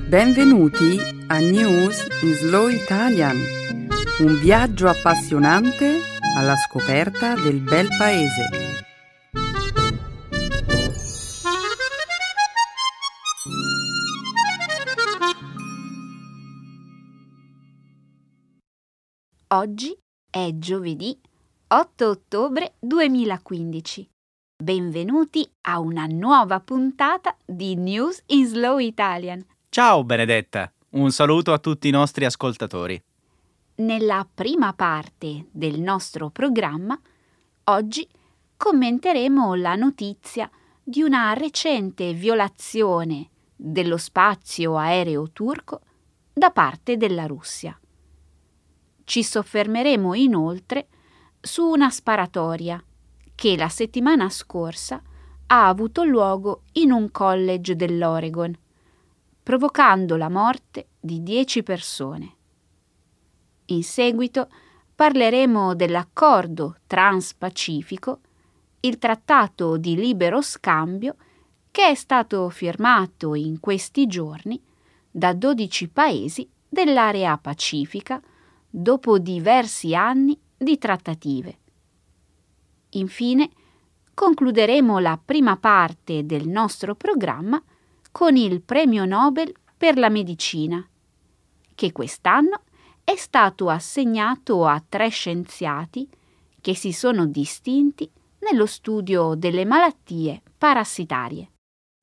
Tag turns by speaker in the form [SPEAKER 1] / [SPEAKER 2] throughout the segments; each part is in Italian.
[SPEAKER 1] Benvenuti a News in Slow Italian, un viaggio appassionante alla scoperta del bel paese.
[SPEAKER 2] Oggi è giovedì 8 ottobre 2015. Benvenuti a una nuova puntata di News in Slow Italian.
[SPEAKER 3] Ciao Benedetta, un saluto a tutti i nostri ascoltatori.
[SPEAKER 2] Nella prima parte del nostro programma, oggi commenteremo la notizia di una recente violazione dello spazio aereo turco da parte della Russia. Ci soffermeremo inoltre su una sparatoria che la settimana scorsa ha avuto luogo in un college dell'Oregon, provocando la morte di 10 persone. In seguito parleremo dell'accordo transpacifico, il trattato di libero scambio che è stato firmato in questi giorni da 12 paesi dell'area pacifica dopo diversi anni di trattative. Infine, concluderemo la prima parte del nostro programma con il Premio Nobel per la medicina, che quest'anno è stato assegnato a 3 scienziati che si sono distinti nello studio delle malattie parassitarie.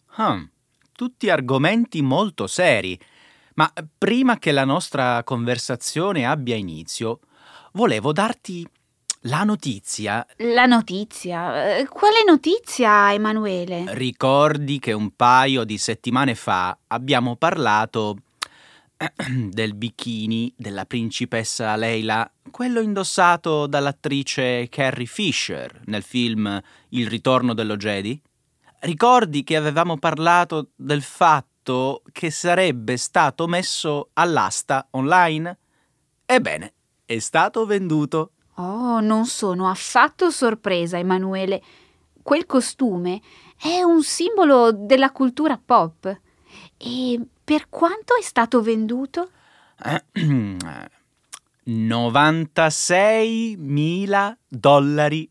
[SPEAKER 3] Tutti argomenti molto seri, ma prima che la nostra conversazione abbia inizio, volevo darti la notizia.
[SPEAKER 2] La notizia? Quale notizia, Emanuele?
[SPEAKER 3] Ricordi che un paio di settimane fa abbiamo parlato del bikini della principessa Leila, quello indossato dall'attrice Carrie Fisher nel film Il ritorno dello Jedi? Ricordi che avevamo parlato del fatto che sarebbe stato messo all'asta online? Ebbene, è stato venduto.
[SPEAKER 2] Oh, non sono affatto sorpresa, Emanuele. Quel costume è un simbolo della cultura pop. E per quanto è stato venduto?
[SPEAKER 3] $96.000.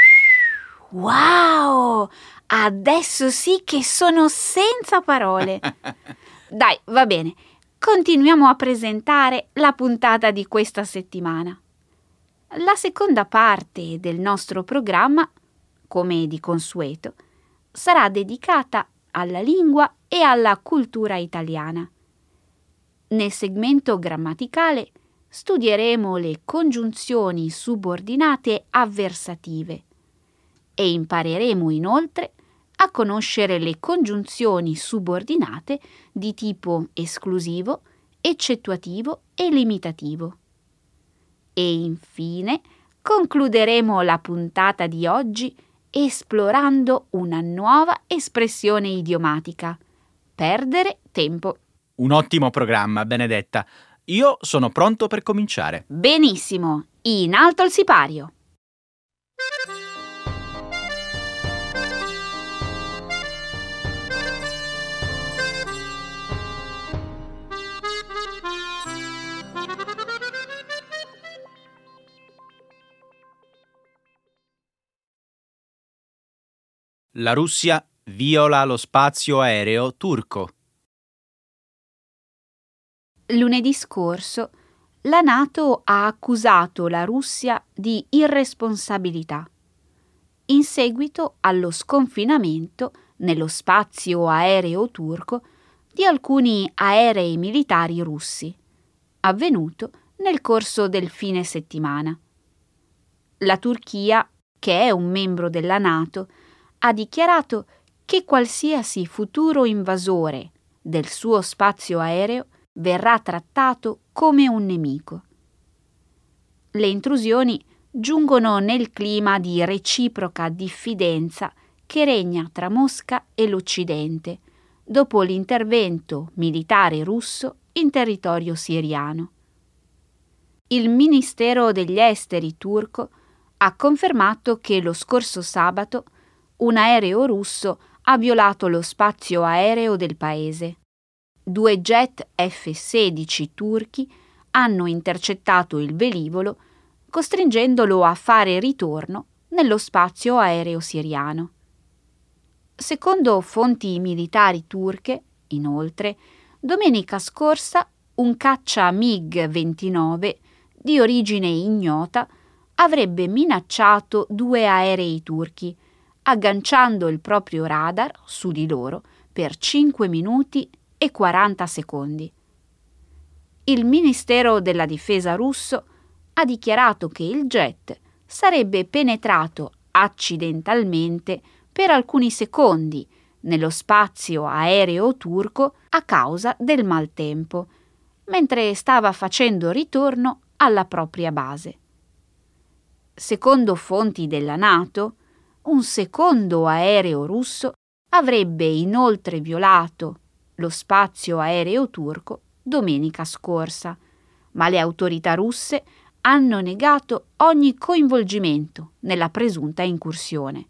[SPEAKER 2] Wow! Adesso sì che sono senza parole. Dai, va bene. Continuiamo a presentare la puntata di questa settimana. La seconda parte del nostro programma, come di consueto, sarà dedicata alla lingua e alla cultura italiana. Nel segmento grammaticale studieremo le congiunzioni subordinate avversative e impareremo inoltre a conoscere le congiunzioni subordinate di tipo esclusivo, eccettuativo e limitativo. E infine concluderemo la puntata di oggi esplorando una nuova espressione idiomatica: perdere tempo.
[SPEAKER 3] Un ottimo programma, Benedetta. Io sono pronto per cominciare.
[SPEAKER 2] Benissimo, in alto il sipario.
[SPEAKER 3] La Russia viola lo spazio aereo turco.
[SPEAKER 2] Lunedì scorso la NATO ha accusato la Russia di irresponsabilità in seguito allo sconfinamento nello spazio aereo turco di alcuni aerei militari russi, avvenuto nel corso del fine settimana. La Turchia, che è un membro della NATO, ha dichiarato che qualsiasi futuro invasore del suo spazio aereo verrà trattato come un nemico. Le intrusioni giungono nel clima di reciproca diffidenza che regna tra Mosca e l'Occidente dopo l'intervento militare russo in territorio siriano. Il Ministero degli Esteri turco ha confermato che lo scorso sabato un aereo russo ha violato lo spazio aereo del paese. 2 jet F-16 turchi hanno intercettato il velivolo, costringendolo a fare ritorno nello spazio aereo siriano. Secondo fonti militari turche, inoltre, domenica scorsa un caccia MiG-29 di origine ignota avrebbe minacciato 2 aerei turchi, agganciando il proprio radar su di loro per 5 minuti e 40 secondi. Il Ministero della Difesa russo ha dichiarato che il jet sarebbe penetrato accidentalmente per alcuni secondi nello spazio aereo turco a causa del maltempo, mentre stava facendo ritorno alla propria base. Secondo fonti della NATO, un secondo aereo russo avrebbe inoltre violato lo spazio aereo turco domenica scorsa, ma le autorità russe hanno negato ogni coinvolgimento nella presunta incursione.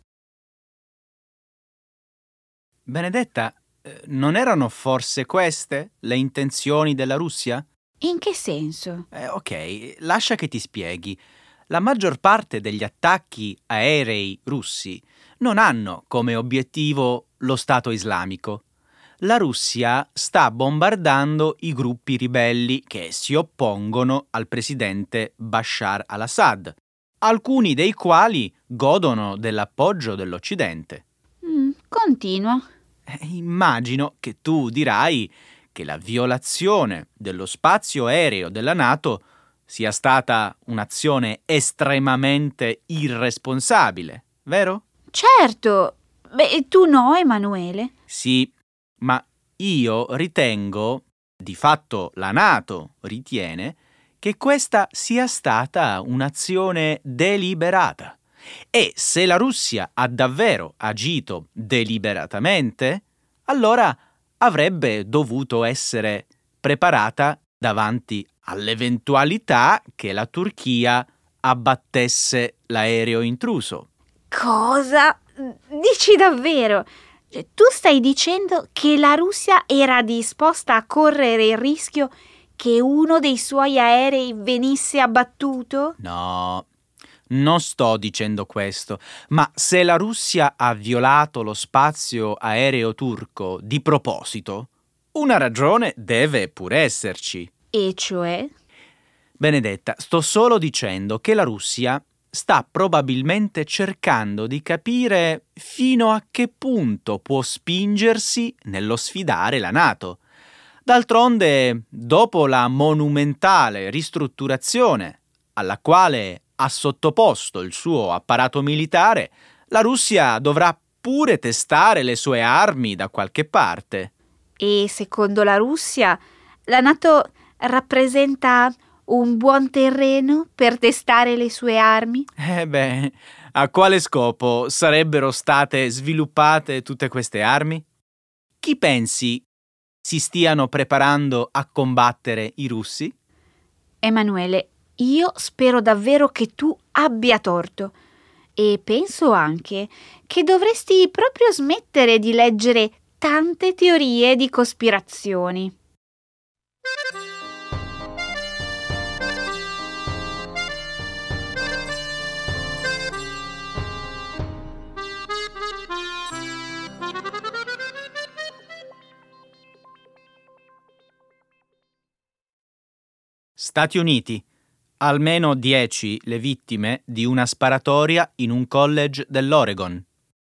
[SPEAKER 3] Benedetta, non erano forse queste le intenzioni della Russia?
[SPEAKER 2] In che senso?
[SPEAKER 3] Ok, lascia che ti spieghi. La maggior parte degli attacchi aerei russi non hanno come obiettivo lo Stato islamico. La Russia sta bombardando i gruppi ribelli che si oppongono al presidente Bashar al-Assad, alcuni dei quali godono dell'appoggio dell'Occidente.
[SPEAKER 2] Continua.
[SPEAKER 3] Immagino che tu dirai che la violazione dello spazio aereo della NATO sia stata un'azione estremamente irresponsabile, vero?
[SPEAKER 2] Certo. Beh, tu no, Emanuele?
[SPEAKER 3] Sì, ma io ritengo, di fatto la NATO ritiene, che questa sia stata un'azione deliberata. E se la Russia ha davvero agito deliberatamente, allora avrebbe dovuto essere preparata davanti all'eventualità che la Turchia abbattesse l'aereo intruso.
[SPEAKER 2] Cosa? Dici davvero? Tu stai dicendo che la Russia era disposta a correre il rischio che uno dei suoi aerei venisse abbattuto?
[SPEAKER 3] No, non sto dicendo questo, ma se la Russia ha violato lo spazio aereo turco di proposito, una ragione deve pure esserci.
[SPEAKER 2] E cioè?
[SPEAKER 3] Benedetta, sto solo dicendo che la Russia sta probabilmente cercando di capire fino a che punto può spingersi nello sfidare la NATO. D'altronde, dopo la monumentale ristrutturazione alla quale ha sottoposto il suo apparato militare, la Russia dovrà pure testare le sue armi da qualche parte.
[SPEAKER 2] E secondo la Russia, la NATO rappresenta un buon terreno per testare le sue armi?
[SPEAKER 3] A quale scopo sarebbero state sviluppate tutte queste armi? Chi pensi si stiano preparando a combattere i russi?
[SPEAKER 2] Emanuele, io spero davvero che tu abbia torto e penso anche che dovresti proprio smettere di leggere tante teorie di cospirazioni.
[SPEAKER 3] Stati Uniti. Almeno 10 le vittime di una sparatoria in un college dell'Oregon.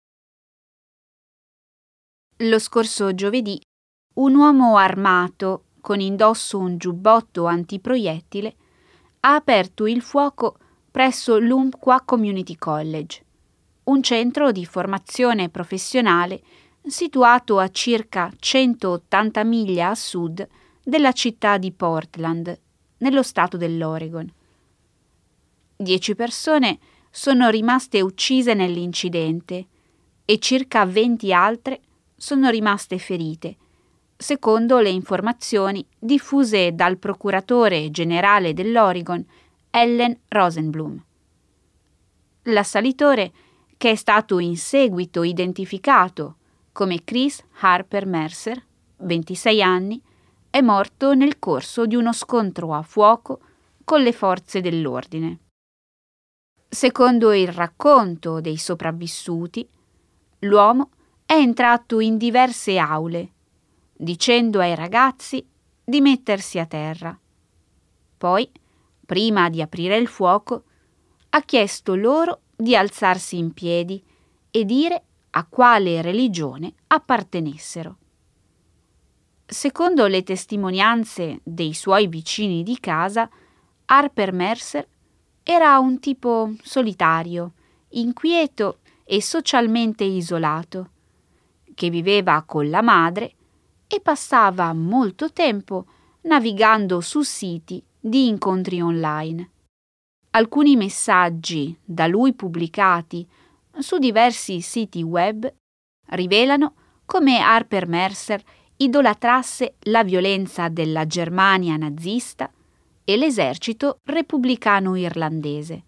[SPEAKER 2] Lo scorso giovedì, un uomo armato con indosso un giubbotto antiproiettile ha aperto il fuoco presso l'Umpqua Community College, un centro di formazione professionale situato a circa 180 miglia a sud della città di Portland, nello stato dell'Oregon. 10 persone sono rimaste uccise nell'incidente e circa 20 altre sono rimaste ferite, secondo le informazioni diffuse dal procuratore generale dell'Oregon, Ellen Rosenblum. L'assalitore, che è stato in seguito identificato come Chris Harper Mercer, 26 anni, è morto nel corso di uno scontro a fuoco con le forze dell'ordine. Secondo il racconto dei sopravvissuti, l'uomo è entrato in diverse aule, dicendo ai ragazzi di mettersi a terra. Poi, prima di aprire il fuoco, ha chiesto loro di alzarsi in piedi e dire a quale religione appartenessero. Secondo le testimonianze dei suoi vicini di casa, Harper Mercer era un tipo solitario, inquieto e socialmente isolato, che viveva con la madre e passava molto tempo navigando su siti di incontri online. Alcuni messaggi da lui pubblicati su diversi siti web rivelano come Harper Mercer idolatrasse la violenza della Germania nazista e l'esercito repubblicano irlandese.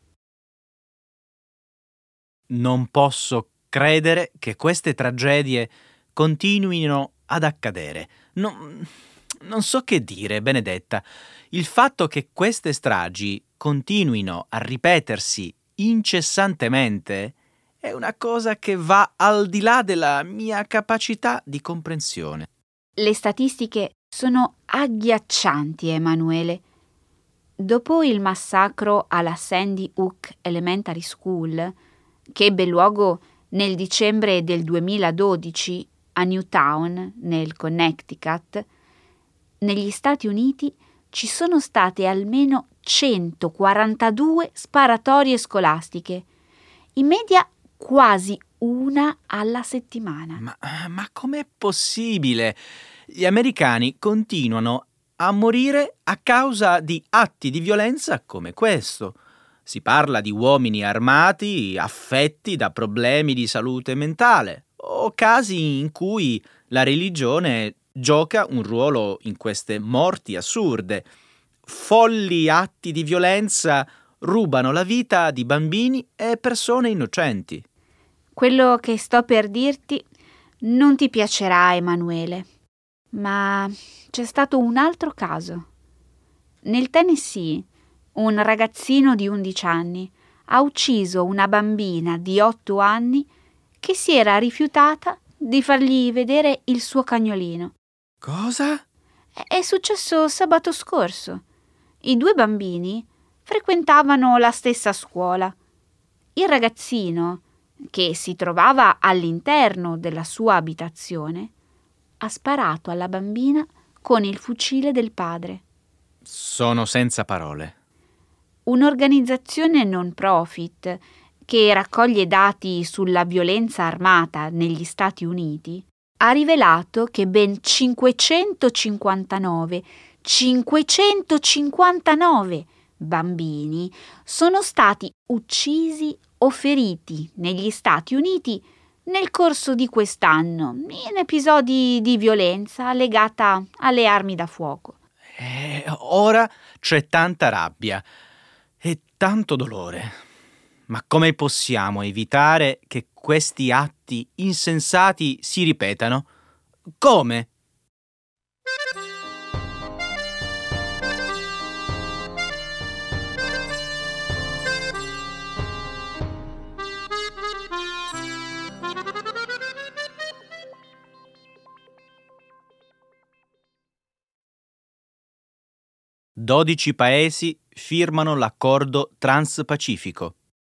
[SPEAKER 3] Non posso credere che queste tragedie continuino ad accadere. Non so che dire, Benedetta. Il fatto che queste stragi continuino a ripetersi incessantemente è una cosa che va al di là della mia capacità di comprensione.
[SPEAKER 2] Le statistiche sono agghiaccianti, Emanuele. Dopo il massacro alla Sandy Hook Elementary School, che ebbe luogo nel dicembre del 2012 a Newtown, nel Connecticut, negli Stati Uniti ci sono state almeno 142 sparatorie scolastiche, in media quasi una alla settimana.
[SPEAKER 3] Ma com'è possibile? Gli americani continuano a morire a causa di atti di violenza come questo. Si parla di uomini armati affetti da problemi di salute mentale o casi in cui la religione gioca un ruolo in queste morti assurde. Folli atti di violenza rubano la vita di bambini e persone innocenti.
[SPEAKER 2] Quello che sto per dirti non ti piacerà, Emanuele, ma c'è stato un altro caso. Nel Tennessee, un ragazzino di 11 anni ha ucciso una bambina di 8 anni che si era rifiutata di fargli vedere il suo cagnolino.
[SPEAKER 3] Cosa?
[SPEAKER 2] È successo sabato scorso. I 2 bambini frequentavano la stessa scuola. Il ragazzino, che si trovava all'interno della sua abitazione, ha sparato alla bambina con il fucile del padre.
[SPEAKER 3] Sono senza parole.
[SPEAKER 2] Un'organizzazione non profit che raccoglie dati sulla violenza armata negli Stati Uniti ha rivelato che ben 559 bambini sono stati uccisi o feriti negli Stati Uniti nel corso di quest'anno in episodi di violenza legata alle armi da fuoco.
[SPEAKER 3] Ora c'è tanta rabbia e tanto dolore. Ma come possiamo evitare che questi atti insensati si ripetano? Come? Dodici paesi firmano l'accordo transpacifico.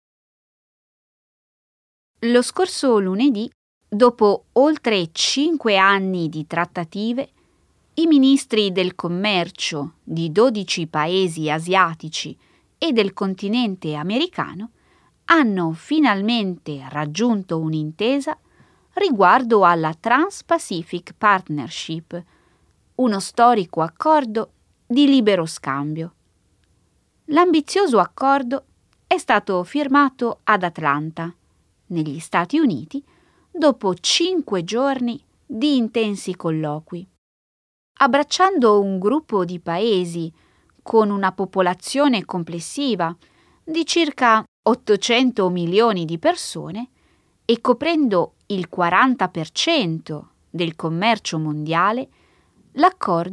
[SPEAKER 2] Lo scorso lunedì, dopo oltre 5 anni di trattative, i ministri del commercio di 12 paesi asiatici e del continente americano hanno finalmente raggiunto un'intesa riguardo alla Trans-Pacific Partnership, uno storico accordo di libero scambio. L'ambizioso accordo è stato firmato ad Atlanta, negli Stati Uniti, dopo 5 giorni di intensi colloqui. Abbracciando un gruppo di paesi con una popolazione complessiva di circa 800 milioni di persone e coprendo il 40% del commercio mondiale, l'accordo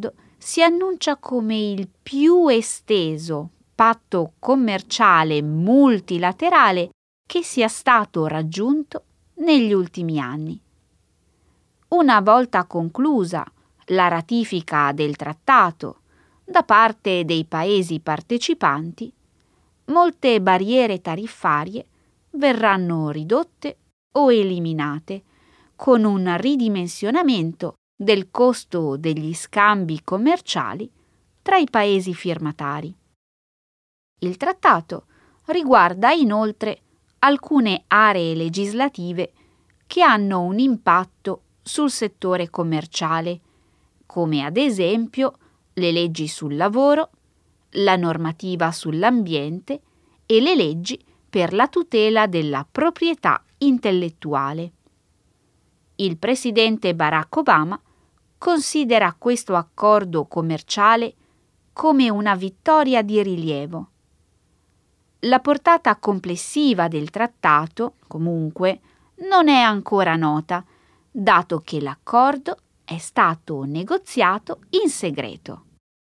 [SPEAKER 2] si annuncia come il più esteso patto commerciale multilaterale che sia stato raggiunto negli ultimi anni. Una volta conclusa la ratifica del trattato da parte dei Paesi partecipanti, molte barriere tariffarie verranno ridotte o eliminate con un ridimensionamento del costo degli scambi commerciali tra i Paesi firmatari. Il trattato riguarda inoltre alcune aree legislative che hanno un impatto sul settore commerciale, come ad esempio le leggi sul lavoro, la normativa sull'ambiente e le leggi per la tutela della proprietà intellettuale. Il presidente Barack Obama considera questo accordo commerciale come una vittoria di rilievo. La portata complessiva del trattato, comunque, non è ancora nota, dato che l'accordo è stato negoziato in segreto.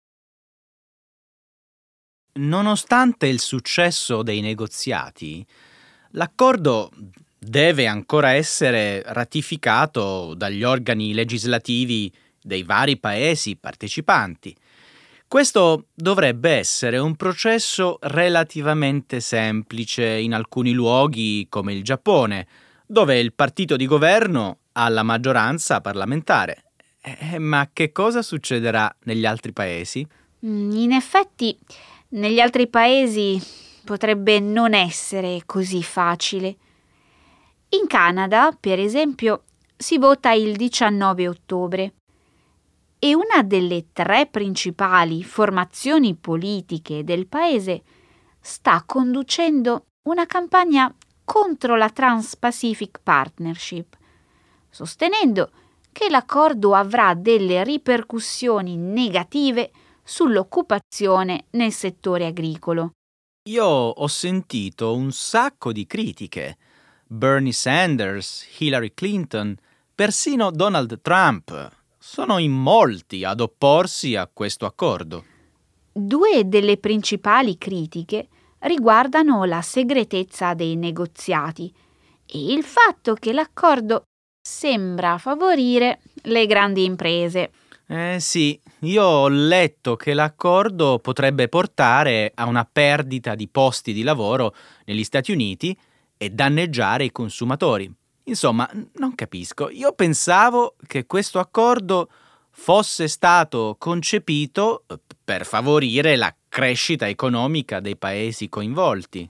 [SPEAKER 3] Nonostante il successo dei negoziati, l'accordo deve ancora essere ratificato dagli organi legislativi dei vari Paesi partecipanti. Questo dovrebbe essere un processo relativamente semplice in alcuni luoghi come il Giappone, dove il partito di governo ha la maggioranza parlamentare. Ma che cosa succederà negli altri Paesi?
[SPEAKER 2] In effetti, negli altri Paesi potrebbe non essere così facile. In Canada, per esempio, si vota il 19 ottobre e una delle 3 principali formazioni politiche del paese sta conducendo una campagna contro la Trans-Pacific Partnership, sostenendo che l'accordo avrà delle ripercussioni negative sull'occupazione nel settore agricolo.
[SPEAKER 3] Io ho sentito un sacco di critiche. Bernie Sanders, Hillary Clinton, persino Donald Trump. Sono in molti ad opporsi a questo accordo.
[SPEAKER 2] 2 delle principali critiche riguardano la segretezza dei negoziati e il fatto che l'accordo sembra favorire le grandi imprese.
[SPEAKER 3] Sì, io ho letto che l'accordo potrebbe portare a una perdita di posti di lavoro negli Stati Uniti e danneggiare i consumatori. Insomma, non capisco. Io pensavo che questo accordo fosse stato concepito per favorire la crescita economica dei paesi coinvolti.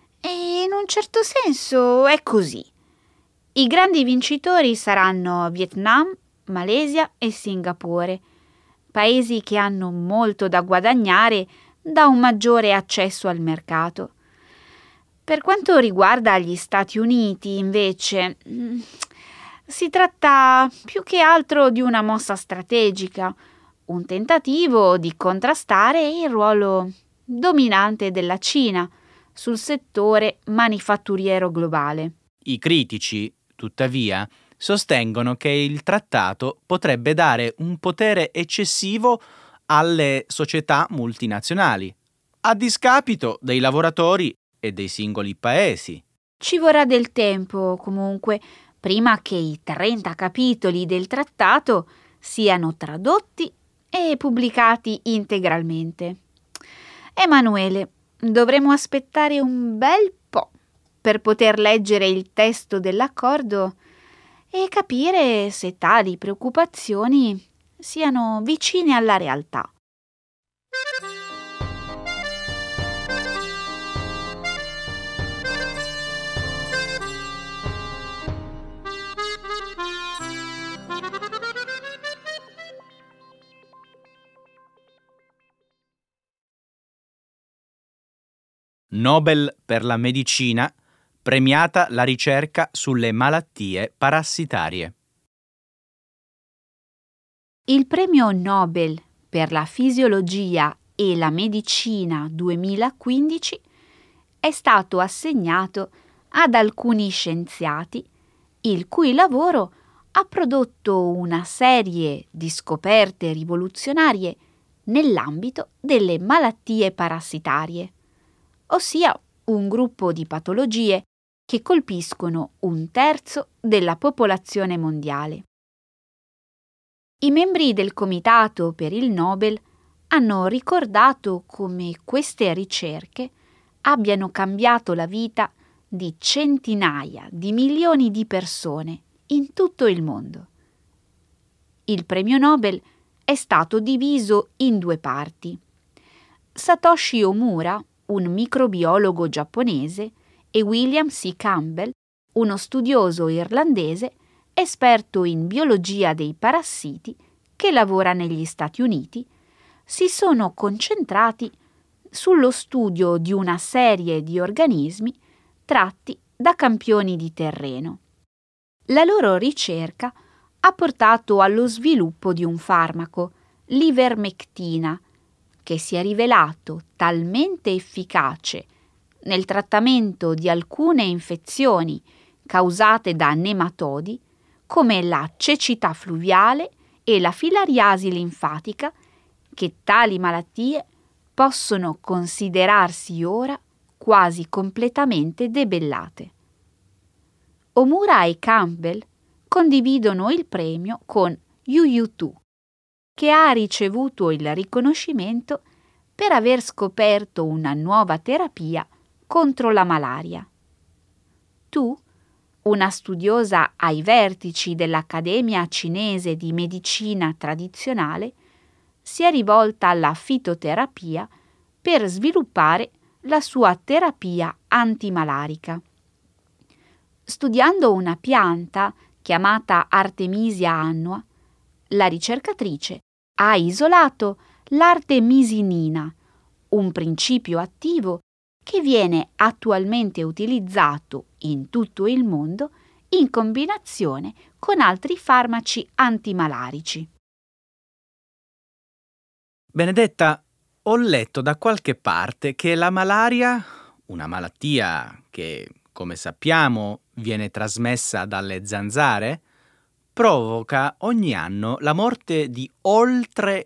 [SPEAKER 2] E in un certo senso è così. I grandi vincitori saranno Vietnam, Malesia e Singapore, paesi che hanno molto da guadagnare da un maggiore accesso al mercato. Per quanto riguarda gli Stati Uniti, invece, si tratta più che altro di una mossa strategica, un tentativo di contrastare il ruolo dominante della Cina sul settore manifatturiero globale.
[SPEAKER 3] I critici, tuttavia, sostengono che il trattato potrebbe dare un potere eccessivo alle società multinazionali, a discapito dei lavoratori e dei singoli paesi.
[SPEAKER 2] Ci vorrà del tempo, comunque, prima che i 30 capitoli del trattato siano tradotti e pubblicati integralmente. Emanuele, dovremo aspettare un bel po' per poter leggere il testo dell'accordo e capire se tali preoccupazioni siano vicine alla realtà.
[SPEAKER 3] Nobel per la medicina, premiata la ricerca sulle malattie parassitarie.
[SPEAKER 2] Il premio Nobel per la fisiologia e la medicina 2015 è stato assegnato ad alcuni scienziati il cui lavoro ha prodotto una serie di scoperte rivoluzionarie nell'ambito delle malattie parassitarie, ossia un gruppo di patologie che colpiscono 1/3 della popolazione mondiale. I membri del Comitato per il Nobel hanno ricordato come queste ricerche abbiano cambiato la vita di centinaia di milioni di persone in tutto il mondo. Il premio Nobel è stato diviso in 2 parti. Satoshi Omura, un microbiologo giapponese, e William C. Campbell, uno studioso irlandese esperto in biologia dei parassiti che lavora negli Stati Uniti, si sono concentrati sullo studio di una serie di organismi tratti da campioni di terreno. La loro ricerca ha portato allo sviluppo di un farmaco, l'ivermectina, che si è rivelato talmente efficace nel trattamento di alcune infezioni causate da nematodi come la cecità fluviale e la filariasi linfatica, che tali malattie possono considerarsi ora quasi completamente debellate. Omura e Campbell condividono il premio con UU2, che ha ricevuto il riconoscimento per aver scoperto una nuova terapia contro la malaria. Tu, una studiosa ai vertici dell'Accademia cinese di medicina tradizionale, si è rivolta alla fitoterapia per sviluppare la sua terapia antimalarica. Studiando una pianta chiamata Artemisia annua, la ricercatrice ha isolato l'artemisinina, un principio attivo che viene attualmente utilizzato in tutto il mondo in combinazione con altri farmaci antimalarici.
[SPEAKER 3] Benedetta, ho letto da qualche parte che la malaria, una malattia che, come sappiamo, viene trasmessa dalle zanzare, provoca ogni anno la morte di oltre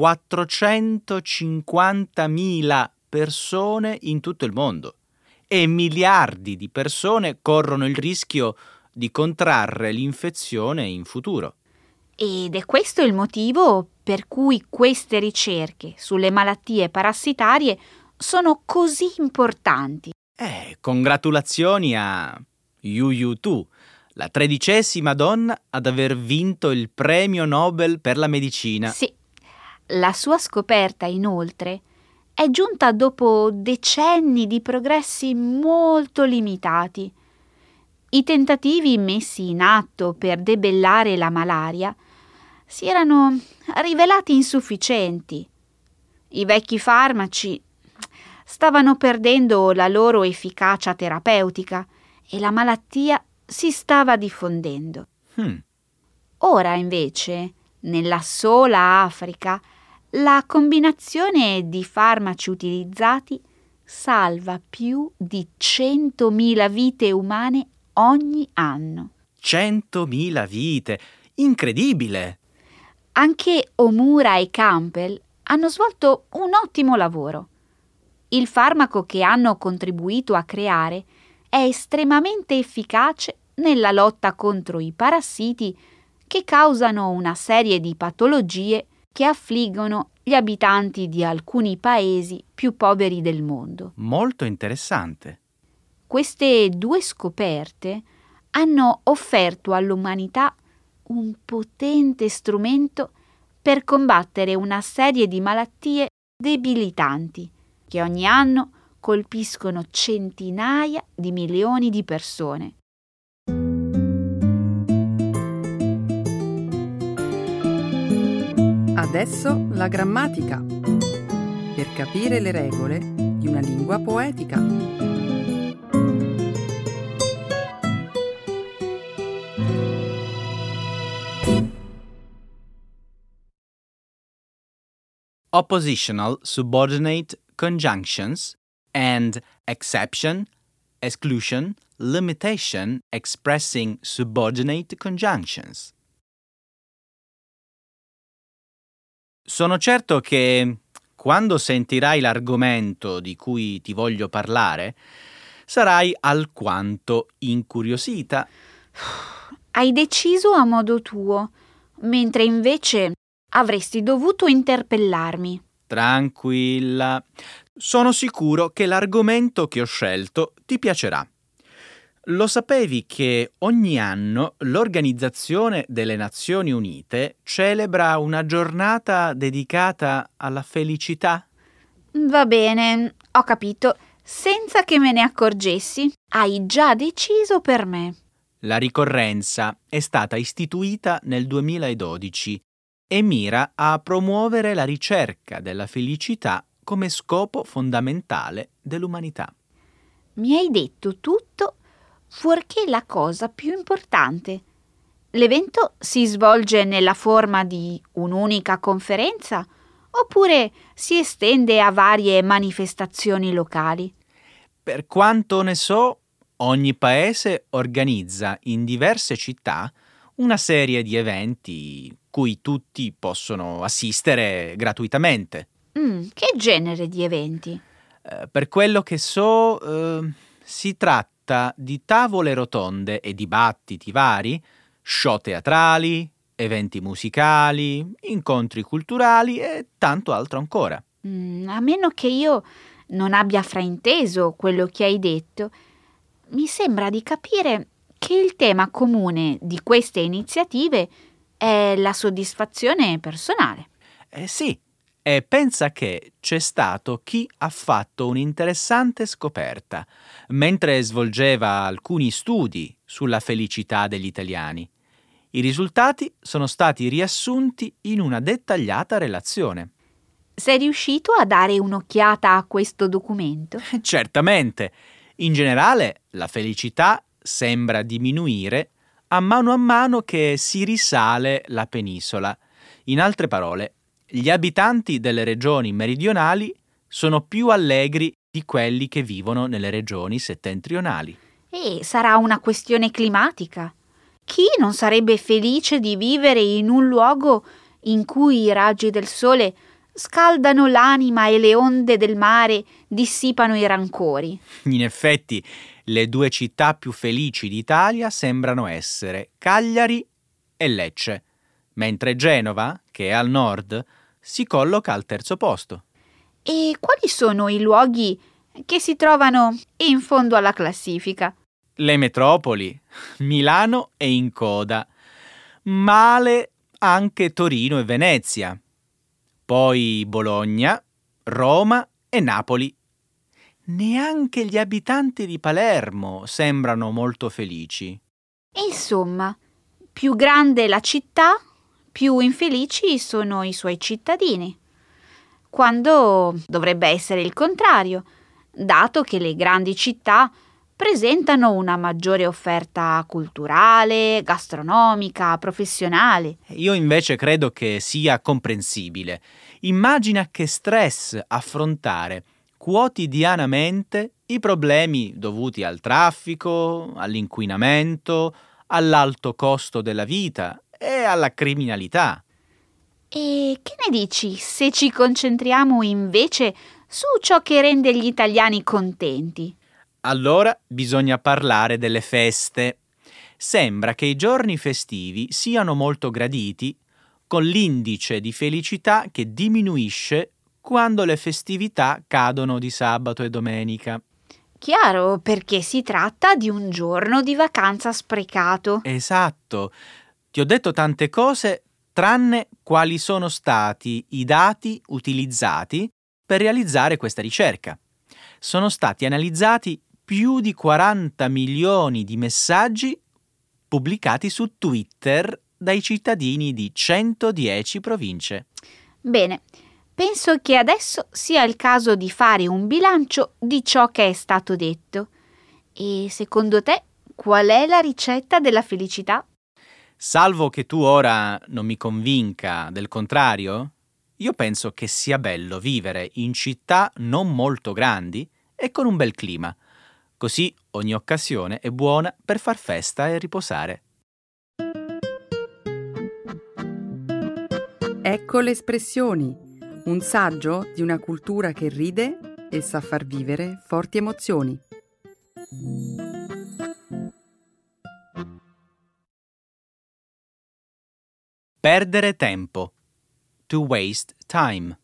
[SPEAKER 3] 450.000 persone in tutto il mondo e miliardi di persone corrono il rischio di contrarre l'infezione in futuro.
[SPEAKER 2] Ed è questo il motivo per cui queste ricerche sulle malattie parassitarie sono così importanti.
[SPEAKER 3] Congratulazioni a UU2, la 13ª donna ad aver vinto il premio Nobel per la medicina.
[SPEAKER 2] Sì, la sua scoperta, inoltre, è giunta dopo decenni di progressi molto limitati. I tentativi messi in atto per debellare la malaria si erano rivelati insufficienti. I vecchi farmaci stavano perdendo la loro efficacia terapeutica e la malattia si stava diffondendo. Ora, invece, nella sola Africa, la combinazione di farmaci utilizzati salva più di 100.000 vite umane ogni anno.
[SPEAKER 3] 100.000 vite! Incredibile!
[SPEAKER 2] Anche Omura e Campbell hanno svolto un ottimo lavoro. Il farmaco che hanno contribuito a creare è estremamente efficace nella lotta contro i parassiti che causano una serie di patologie che affliggono gli abitanti di alcuni paesi più poveri del mondo.
[SPEAKER 3] Molto interessante.
[SPEAKER 2] Queste 2 scoperte hanno offerto all'umanità un potente strumento per combattere una serie di malattie debilitanti che ogni anno colpiscono centinaia di milioni di persone.
[SPEAKER 1] Adesso la grammatica, per capire le regole di una lingua poetica.
[SPEAKER 3] Oppositional subordinate conjunctions and exception, exclusion, limitation expressing subordinate conjunctions. Sono certo che quando sentirai l'argomento di cui ti voglio parlare, sarai alquanto incuriosita.
[SPEAKER 2] Hai deciso a modo tuo, mentre invece avresti dovuto interpellarmi.
[SPEAKER 3] Tranquilla. Sono sicuro che l'argomento che ho scelto ti piacerà. Lo sapevi che ogni anno l'Organizzazione delle Nazioni Unite celebra una giornata dedicata alla felicità?
[SPEAKER 2] Va bene, ho capito. Senza che me ne accorgessi, hai già deciso per me.
[SPEAKER 3] La ricorrenza è stata istituita nel 2012 e mira a promuovere la ricerca della felicità come scopo fondamentale dell'umanità.
[SPEAKER 2] Mi hai detto tutto fuorché la cosa più importante. L'evento si svolge nella forma di un'unica conferenza oppure si estende a varie manifestazioni locali?
[SPEAKER 3] Per quanto ne so, ogni paese organizza in diverse città una serie di eventi cui tutti possono assistere gratuitamente.
[SPEAKER 2] Che genere di eventi?
[SPEAKER 3] Per quello che so, si tratta di tavole rotonde e dibattiti vari, show teatrali, eventi musicali, incontri culturali e tanto altro ancora.
[SPEAKER 2] A meno che io non abbia frainteso quello che hai detto, mi sembra di capire che il tema comune di queste iniziative è la soddisfazione personale.
[SPEAKER 3] Sì, e pensa che c'è stato chi ha fatto un'interessante scoperta mentre svolgeva alcuni studi sulla felicità degli italiani. I risultati sono stati riassunti in una dettagliata relazione.
[SPEAKER 2] Sei riuscito a dare un'occhiata a questo documento?
[SPEAKER 3] Certamente. In generale, la felicità sembra diminuire a mano che si risale la penisola. In altre parole, gli abitanti delle regioni meridionali sono più allegri di quelli che vivono nelle regioni settentrionali.
[SPEAKER 2] E sarà una questione climatica. Chi non sarebbe felice di vivere in un luogo in cui i raggi del sole scaldano l'anima e le onde del mare dissipano i rancori?
[SPEAKER 3] In effetti, le due città più felici d'Italia sembrano essere Cagliari e Lecce, mentre Genova, che è al nord, si colloca al terzo posto.
[SPEAKER 2] E quali sono i luoghi che si trovano in fondo alla classifica?
[SPEAKER 3] Le metropoli, Milano è in coda, male anche Torino e Venezia, poi Bologna, Roma e Napoli. Neanche gli abitanti di Palermo sembrano molto felici.
[SPEAKER 2] Insomma, più grande la città, più infelici sono i suoi cittadini, quando dovrebbe essere il contrario, dato che le grandi città presentano una maggiore offerta culturale, gastronomica, professionale.
[SPEAKER 3] Io invece credo che sia comprensibile. Immagina che stress affrontare quotidianamente i problemi dovuti al traffico, all'inquinamento, all'alto costo della vita e alla criminalità.
[SPEAKER 2] E che ne dici se ci concentriamo invece su ciò che rende gli italiani contenti?
[SPEAKER 3] Allora bisogna parlare delle feste. Sembra che i giorni festivi siano molto graditi, con l'indice di felicità che diminuisce quando le festività cadono di sabato e domenica.
[SPEAKER 2] Chiaro, perché si tratta di un giorno di vacanza sprecato.
[SPEAKER 3] Esatto. Ti ho detto tante cose, tranne quali sono stati i dati utilizzati per realizzare questa ricerca. Sono stati analizzati più di 40 milioni di messaggi pubblicati su Twitter dai cittadini di 110 province.
[SPEAKER 2] Bene, penso che adesso sia il caso di fare un bilancio di ciò che è stato detto. E secondo te, qual è la ricetta della felicità?
[SPEAKER 3] Salvo che tu ora non mi convinca del contrario, io penso che sia bello vivere in città non molto grandi e con un bel clima. Così ogni occasione è buona per far festa e riposare.
[SPEAKER 1] Ecco le espressioni, un saggio di una cultura che ride e sa far vivere forti emozioni.
[SPEAKER 3] Perdere tempo. To waste time.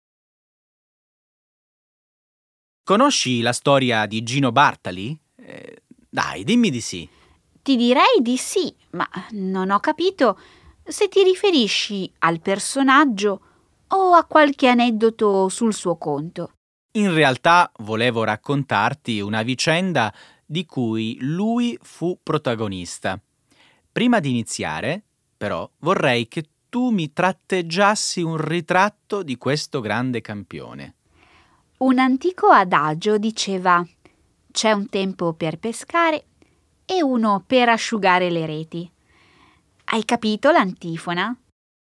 [SPEAKER 3] Conosci la storia di Gino Bartali? Dai, dimmi di sì.
[SPEAKER 2] Ti direi di sì, ma non ho capito se ti riferisci al personaggio o a qualche aneddoto sul suo conto.
[SPEAKER 3] In realtà volevo raccontarti una vicenda di cui lui fu protagonista. Prima di iniziare, però, vorrei che tu mi tratteggiassi un ritratto di questo grande campione.
[SPEAKER 2] Un antico adagio diceva: c'è un tempo per pescare e uno per asciugare le reti. Hai capito l'antifona?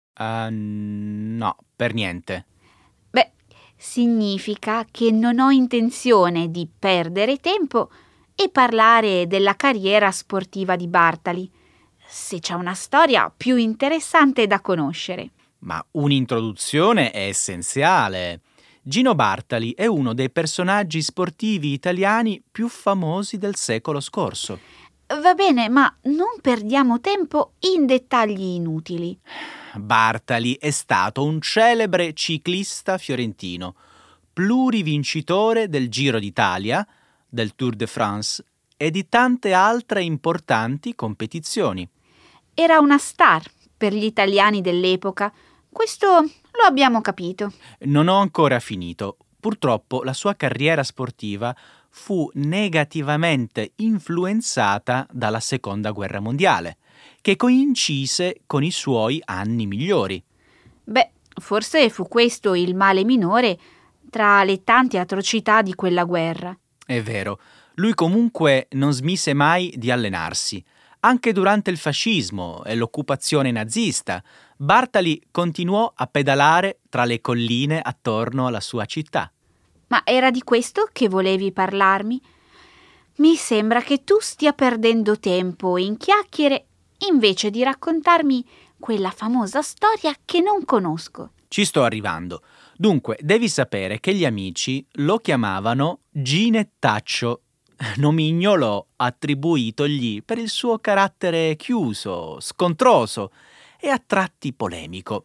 [SPEAKER 3] No, per niente.
[SPEAKER 2] Beh, significa che non ho intenzione di perdere tempo e parlare della carriera sportiva di Bartali, se c'è una storia più interessante da conoscere.
[SPEAKER 3] Ma un'introduzione è essenziale. Gino Bartali è uno dei personaggi sportivi italiani più famosi del secolo scorso.
[SPEAKER 2] Va bene, ma non perdiamo tempo in dettagli inutili.
[SPEAKER 3] Bartali è stato un celebre ciclista fiorentino, plurivincitore del Giro d'Italia, del Tour de France e di tante altre importanti competizioni.
[SPEAKER 2] Era una star per gli italiani dell'epoca, questo lo abbiamo capito.
[SPEAKER 3] Non ho ancora finito. Purtroppo la sua carriera sportiva fu negativamente influenzata dalla Seconda Guerra Mondiale, che coincise con i suoi anni migliori.
[SPEAKER 2] Beh, forse fu questo il male minore tra le tante atrocità di quella guerra.
[SPEAKER 3] È vero, lui comunque non smise mai di allenarsi. Anche durante il fascismo e l'occupazione nazista, Bartali continuò a pedalare tra le colline attorno alla sua città.
[SPEAKER 2] Ma era di questo che volevi parlarmi? Mi sembra che tu stia perdendo tempo in chiacchiere invece di raccontarmi quella famosa storia che non conosco.
[SPEAKER 3] Ci sto arrivando. Dunque, devi sapere che gli amici lo chiamavano Ginettaccio, nomignolo attribuitogli per il suo carattere chiuso, scontroso e a tratti polemico.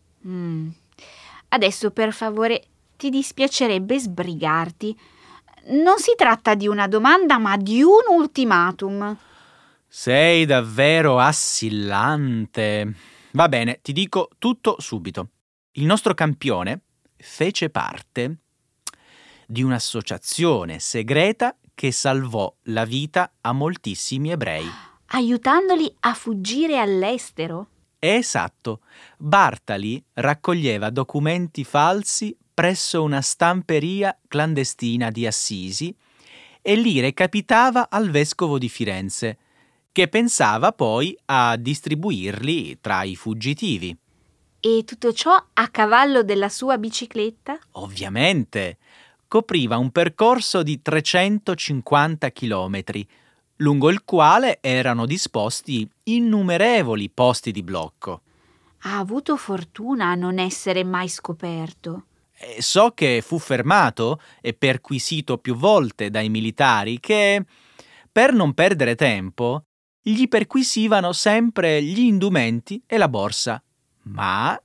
[SPEAKER 2] Adesso, per favore, ti dispiacerebbe sbrigarti? Non si tratta di una domanda, ma di un ultimatum.
[SPEAKER 3] Sei davvero assillante. Va bene, ti dico tutto subito. Il nostro campione fece parte di un'associazione segreta che salvò la vita a moltissimi ebrei.
[SPEAKER 2] Aiutandoli a fuggire all'estero?
[SPEAKER 3] Esatto. Bartali raccoglieva documenti falsi presso una stamperia clandestina di Assisi e li recapitava al vescovo di Firenze, che pensava poi a distribuirli tra i fuggitivi.
[SPEAKER 2] E tutto ciò a cavallo della sua bicicletta?
[SPEAKER 3] Ovviamente. Copriva un percorso di 350 chilometri, lungo il quale erano disposti innumerevoli posti di blocco.
[SPEAKER 2] Ha avuto fortuna a non essere mai scoperto.
[SPEAKER 3] So che fu fermato e perquisito più volte dai militari che, per non perdere tempo, gli perquisivano sempre gli indumenti e la borsa, ma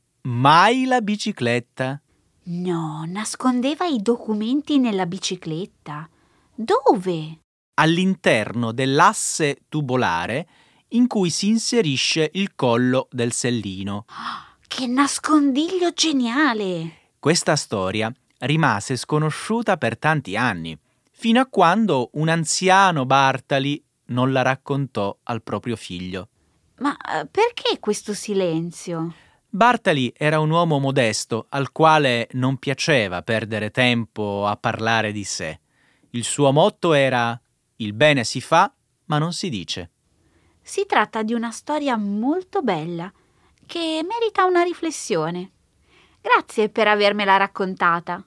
[SPEAKER 3] mai la bicicletta.
[SPEAKER 2] No, nascondeva i documenti nella bicicletta. Dove?
[SPEAKER 3] All'interno dell'asse tubolare in cui si inserisce il collo del sellino.
[SPEAKER 2] Che nascondiglio geniale!
[SPEAKER 3] Questa storia rimase sconosciuta per tanti anni, fino a quando un anziano Bartali non la raccontò al proprio figlio.
[SPEAKER 2] Ma perché questo silenzio?
[SPEAKER 3] Bartali era un uomo modesto al quale non piaceva perdere tempo a parlare di sé. Il suo motto era: il bene si fa, ma non si dice.
[SPEAKER 2] Si tratta di una storia molto bella, che merita una riflessione. Grazie per avermela raccontata.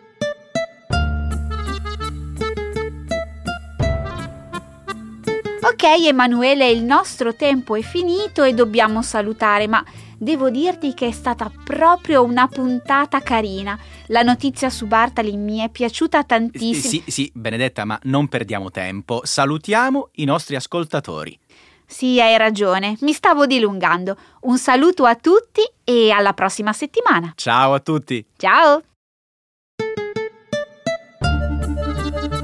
[SPEAKER 2] Ok, Ok, Emanuele, il nostro tempo è finito e dobbiamo salutare, ma devo dirti che è stata proprio una puntata carina. La notizia su Bartali mi è piaciuta tantissimo.
[SPEAKER 3] Sì, Benedetta, ma non perdiamo tempo. Salutiamo i nostri ascoltatori.
[SPEAKER 2] Sì, hai ragione, mi stavo dilungando. Un saluto a tutti e alla prossima settimana.
[SPEAKER 3] Ciao a tutti!
[SPEAKER 2] Ciao!